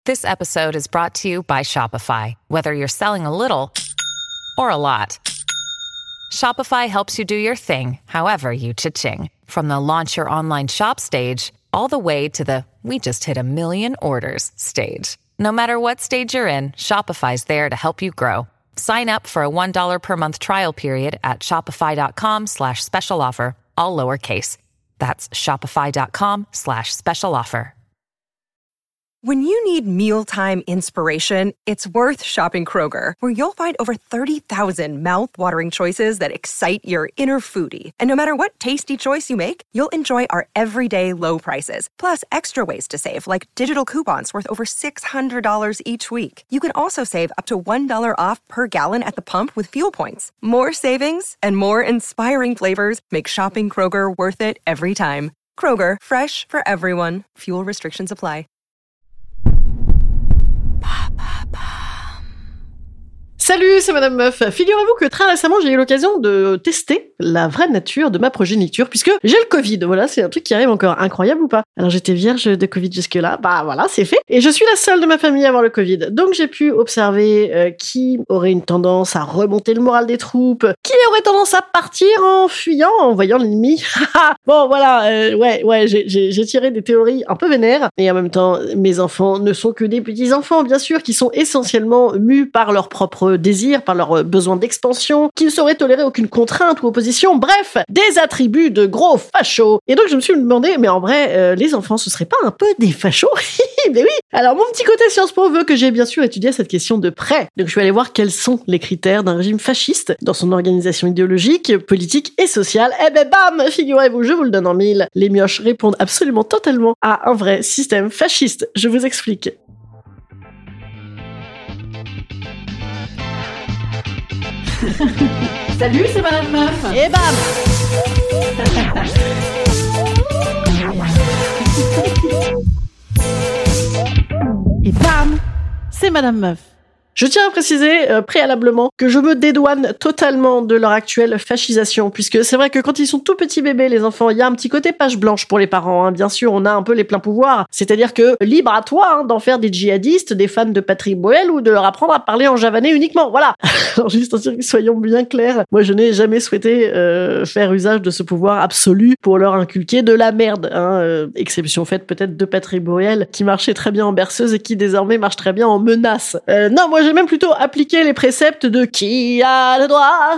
This episode is brought to you by Shopify. Whether you're selling a little or a lot, Shopify helps you do your thing, however you cha-ching. From the launch your online shop stage, all the way to the we just hit 1 million orders stage. No matter what stage you're in, Shopify's there to help you grow. Sign up for a $1 per month trial period at shopify.com/special offer, all lowercase. That's shopify.com/special offer. When you need mealtime inspiration, it's worth shopping Kroger, where you'll find over 30,000 mouth-watering choices that excite your inner foodie. And no matter what tasty choice you make, you'll enjoy our everyday low prices, plus extra ways to save, like digital coupons worth over $600 each week. You can also save up to $1 off per gallon at the pump with fuel points. More savings and more inspiring flavors make shopping Kroger worth it every time. Kroger, fresh for everyone. Fuel restrictions apply. Salut, c'est Madame Meuf. Figurez-vous que très récemment, j'ai eu l'occasion de tester la vraie nature de ma progéniture, puisque j'ai le Covid. Voilà, c'est un truc qui arrive encore. Incroyable ou pas? Alors, j'étais vierge de Covid jusque-là. Bah voilà, c'est fait. Et je suis la seule de ma famille à avoir le Covid. Donc, j'ai pu observer qui aurait une tendance à remonter le moral des troupes, qui aurait tendance à partir en fuyant, en voyant l'ennemi. Bon, voilà, j'ai tiré des théories un peu vénères. Et en même temps, mes enfants ne sont que des petits-enfants, bien sûr, qui sont essentiellement mus par leur propre désir, par leur besoin d'expansion, qui ne sauraient tolérer aucune contrainte ou opposition, bref, des attributs de gros fachos. Et donc je me suis demandé, mais en vrai, les enfants, ce seraient pas un peu des fachos? Mais oui. Alors mon petit côté Sciences Po veut que j'ai bien sûr étudié cette question de près. Donc je suis allée voir quels sont les critères d'un régime fasciste dans son organisation idéologique, politique et sociale. Eh ben bam, figurez-vous, je vous le donne en mille. Les mioches répondent absolument totalement à un vrai système fasciste. Je vous explique. Salut, c'est Madame Meuf. Et bam. Et bam, c'est Madame Meuf. Je tiens à préciser préalablement que je me dédouane totalement de leur actuelle fascisation, puisque c'est vrai que quand ils sont tout petits bébés, les enfants, il y a un petit côté page blanche pour les parents. Bien sûr, on a un peu les pleins pouvoirs, c'est-à-dire que libre à toi d'en faire des djihadistes, des fans de Patrick Boel ou de leur apprendre à parler en javanais uniquement. Voilà. Alors juste soyons bien clairs, moi je n'ai jamais souhaité faire usage de ce pouvoir absolu pour leur inculquer de la merde. Exception faite peut-être de Patrick Boel, qui marchait très bien en berceuse et qui désormais marche très bien en menace. Non, moi j'ai même plutôt appliqué les préceptes de qui a le droit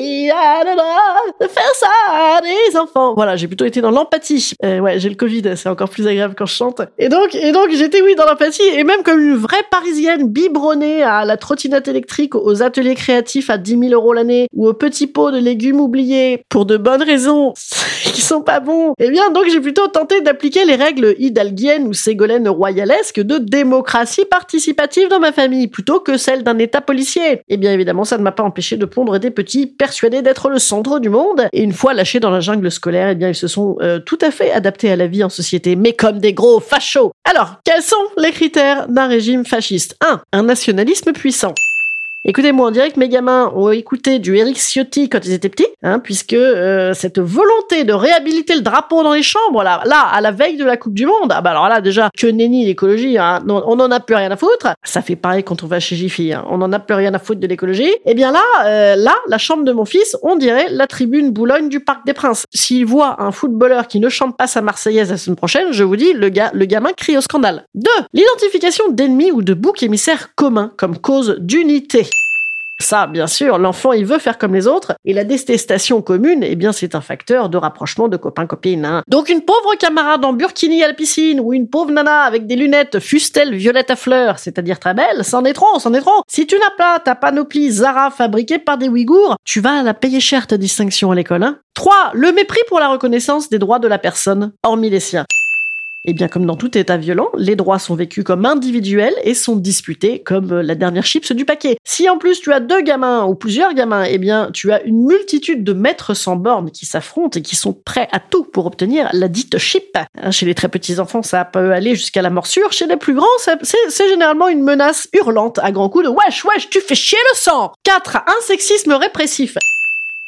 de faire ça à des enfants. Voilà, j'ai plutôt été dans l'empathie. Ouais, j'ai le Covid, c'est encore plus agréable quand je chante. Et donc j'étais dans l'empathie, et même comme une vraie parisienne biberonnée à la trottinette électrique, aux ateliers créatifs à 10 000 € l'année, ou aux petits pots de légumes oubliés, pour de bonnes raisons qui sont pas bons. Eh bien, donc j'ai plutôt tenté d'appliquer les règles hidalguiennes ou ségolènes royalesques de démocratie participative dans ma famille, plutôt que celle d'un état policier. Et bien évidemment, ça ne m'a pas empêché de pondre des petits persuadés d'être le centre du monde. Et une fois lâchés dans la jungle scolaire, eh bien ils se sont tout à fait adaptés à la vie en société, mais comme des gros fachos. Alors, quels sont les critères d'un régime fasciste? 1. Un nationalisme puissant. Écoutez-moi, on dirait que mes gamins ont écouté du Éric Ciotti quand ils étaient petits, puisque cette volonté de réhabiliter le drapeau dans les chambres, là, à la veille de la Coupe du Monde, alors là, déjà, que nenni l'écologie, non, on n'en a plus rien à foutre. Ça fait pareil quand on va chez Jiffy, on n'en a plus rien à foutre de l'écologie. Eh bien là, la chambre de mon fils, on dirait la tribune Boulogne du Parc des Princes. S'il voit un footballeur qui ne chante pas sa Marseillaise la semaine prochaine, je vous dis, le gamin crie au scandale. 2. L'identification d'ennemis ou de boucs émissaires communs comme cause d'unité. Ça, bien sûr, l'enfant, il veut faire comme les autres, et la détestation commune, eh bien, c'est un facteur de rapprochement de copains-copines. Donc, une pauvre camarade en burkini à la piscine, ou une pauvre nana avec des lunettes fussent-elles violettes à fleurs, c'est-à-dire très belle, c'en est trop. Si tu n'as pas ta panoplie Zara fabriquée par des Ouïghours, tu vas la payer cher ta distinction à l'école, 3. Le mépris pour la reconnaissance des droits de la personne, hormis les siens. Eh bien, comme dans tout état violent, les droits sont vécus comme individuels et sont disputés comme la dernière chips du paquet. Si en plus tu as 2 gamins ou plusieurs gamins, eh bien, tu as une multitude de maîtres sans bornes qui s'affrontent et qui sont prêts à tout pour obtenir la dite chip. Chez les très petits enfants, ça peut aller jusqu'à la morsure. Chez les plus grands, c'est généralement une menace hurlante à grands coups de wesh, tu fais chier le sang. 4. Un sexisme répressif.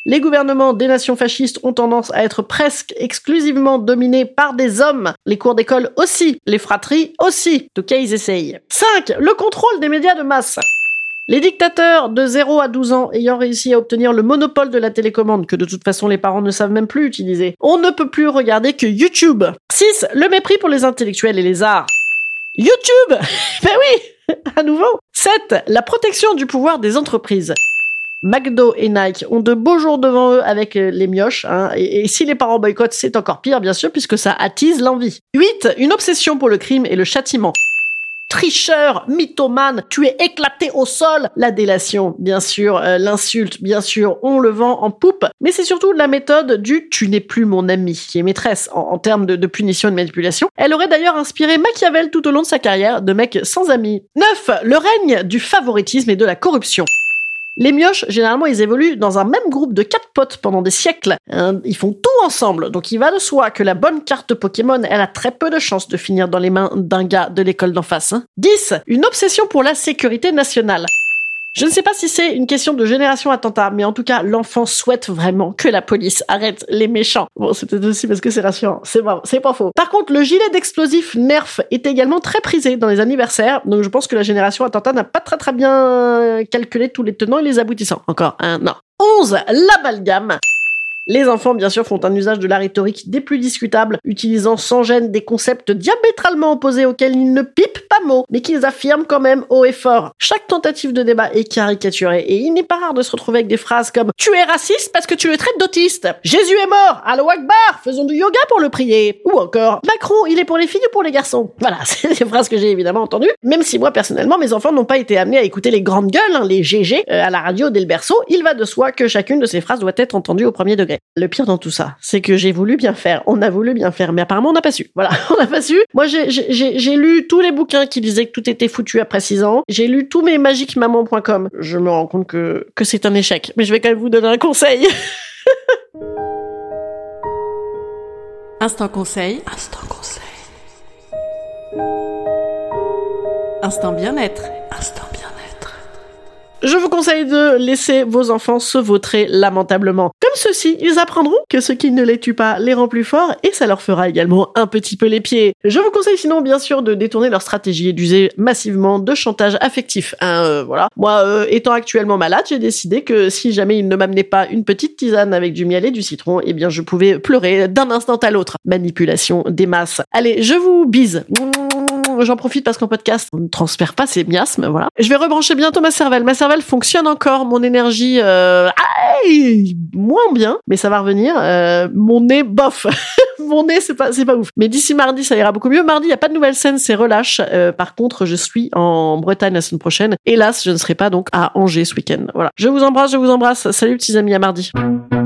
Les gouvernements des nations fascistes ont tendance à être presque exclusivement dominés par des hommes. Les cours d'école aussi. Les fratries aussi. En tout cas, ils essayent. 5. Le contrôle des médias de masse. Les dictateurs de 0 à 12 ans ayant réussi à obtenir le monopole de la télécommande, que de toute façon les parents ne savent même plus utiliser, on ne peut plus regarder que YouTube. 6. Le mépris pour les intellectuels et les arts. YouTube. Ben oui, à nouveau. 7. La protection du pouvoir des entreprises. McDo et Nike ont de beaux jours devant eux avec les mioches, hein, et si les parents boycottent, c'est encore pire, bien sûr, puisque ça attise l'envie. 8. Une obsession pour le crime et le châtiment. Tricheur, mythomane, tu es éclaté au sol. La délation, bien sûr, l'insulte, bien sûr, on le vend en poupe, mais c'est surtout la méthode du « tu n'es plus mon ami » qui est maîtresse en termes de punition et de manipulation. Elle aurait d'ailleurs inspiré Machiavel tout au long de sa carrière de mec sans amis. 9. Le règne du favoritisme et de la corruption. Les mioches, généralement, ils évoluent dans un même groupe de 4 potes pendant des siècles. Ils font tout ensemble, donc il va de soi que la bonne carte Pokémon, elle a très peu de chances de finir dans les mains d'un gars de l'école d'en face. 10. Une obsession pour la sécurité nationale. Je ne sais pas si c'est une question de génération attentat, mais en tout cas, l'enfant souhaite vraiment que la police arrête les méchants. Bon, c'est peut-être aussi parce que c'est rassurant. C'est pas faux. Par contre, le gilet d'explosif Nerf est également très prisé dans les anniversaires, donc je pense que la génération attentat n'a pas très bien calculé tous les tenants et les aboutissants. Encore un an. 11. L'amalgame. Les enfants, bien sûr, font un usage de la rhétorique des plus discutables, utilisant sans gêne des concepts diamétralement opposés auxquels ils ne pipent pas mot, mais qu'ils affirment quand même haut et fort. Chaque tentative de débat est caricaturée, et il n'est pas rare de se retrouver avec des phrases comme « Tu es raciste parce que tu le traites d'autiste »,« Jésus est mort, Allahu Akbar, faisons du yoga pour le prier », ou encore « Macron, il est pour les filles ou pour les garçons ?» Voilà, c'est des phrases que j'ai évidemment entendues, même si moi, personnellement, mes enfants n'ont pas été amenés à écouter les grandes gueules, les GG, à la radio dès le berceau. Il va de soi que chacune de ces phrases doit être entendue au premier degré. Le pire dans tout ça, c'est que j'ai voulu bien faire, on a voulu bien faire, mais apparemment on n'a pas su. Voilà, on n'a pas su. Moi j'ai lu tous les bouquins qui disaient que tout était foutu après 6 ans, j'ai lu tous mes magiquemaman.com. Je me rends compte que c'est un échec, mais je vais quand même vous donner un conseil. Instant conseil. Instant conseil. Instant bien-être. Instant bien-être. Je vous conseille de laisser vos enfants se vautrer lamentablement. Comme ceci, ils apprendront que ce qui ne les tue pas les rend plus forts et ça leur fera également un petit peu les pieds. Je vous conseille sinon bien sûr de détourner leur stratégie et d'user massivement de chantage affectif. Voilà. Moi, étant actuellement malade, j'ai décidé que si jamais ils ne m'amenaient pas une petite tisane avec du miel et du citron, eh bien je pouvais pleurer d'un instant à l'autre. Manipulation des masses. Allez, je vous bise. J'en profite parce qu'en podcast, on ne transfère pas ces miasmes, voilà. Je vais rebrancher bientôt ma cervelle. Ma cervelle fonctionne encore, mon énergie, moins bien, mais ça va revenir. Mon nez, bof. Mon nez, c'est pas ouf. Mais d'ici mardi, ça ira beaucoup mieux. Mardi, il n'y a pas de nouvelle scène, c'est relâche. Par contre, je suis en Bretagne la semaine prochaine. Hélas, je ne serai pas donc à Angers ce week-end. Voilà. Je vous embrasse. Salut petits amis, à mardi.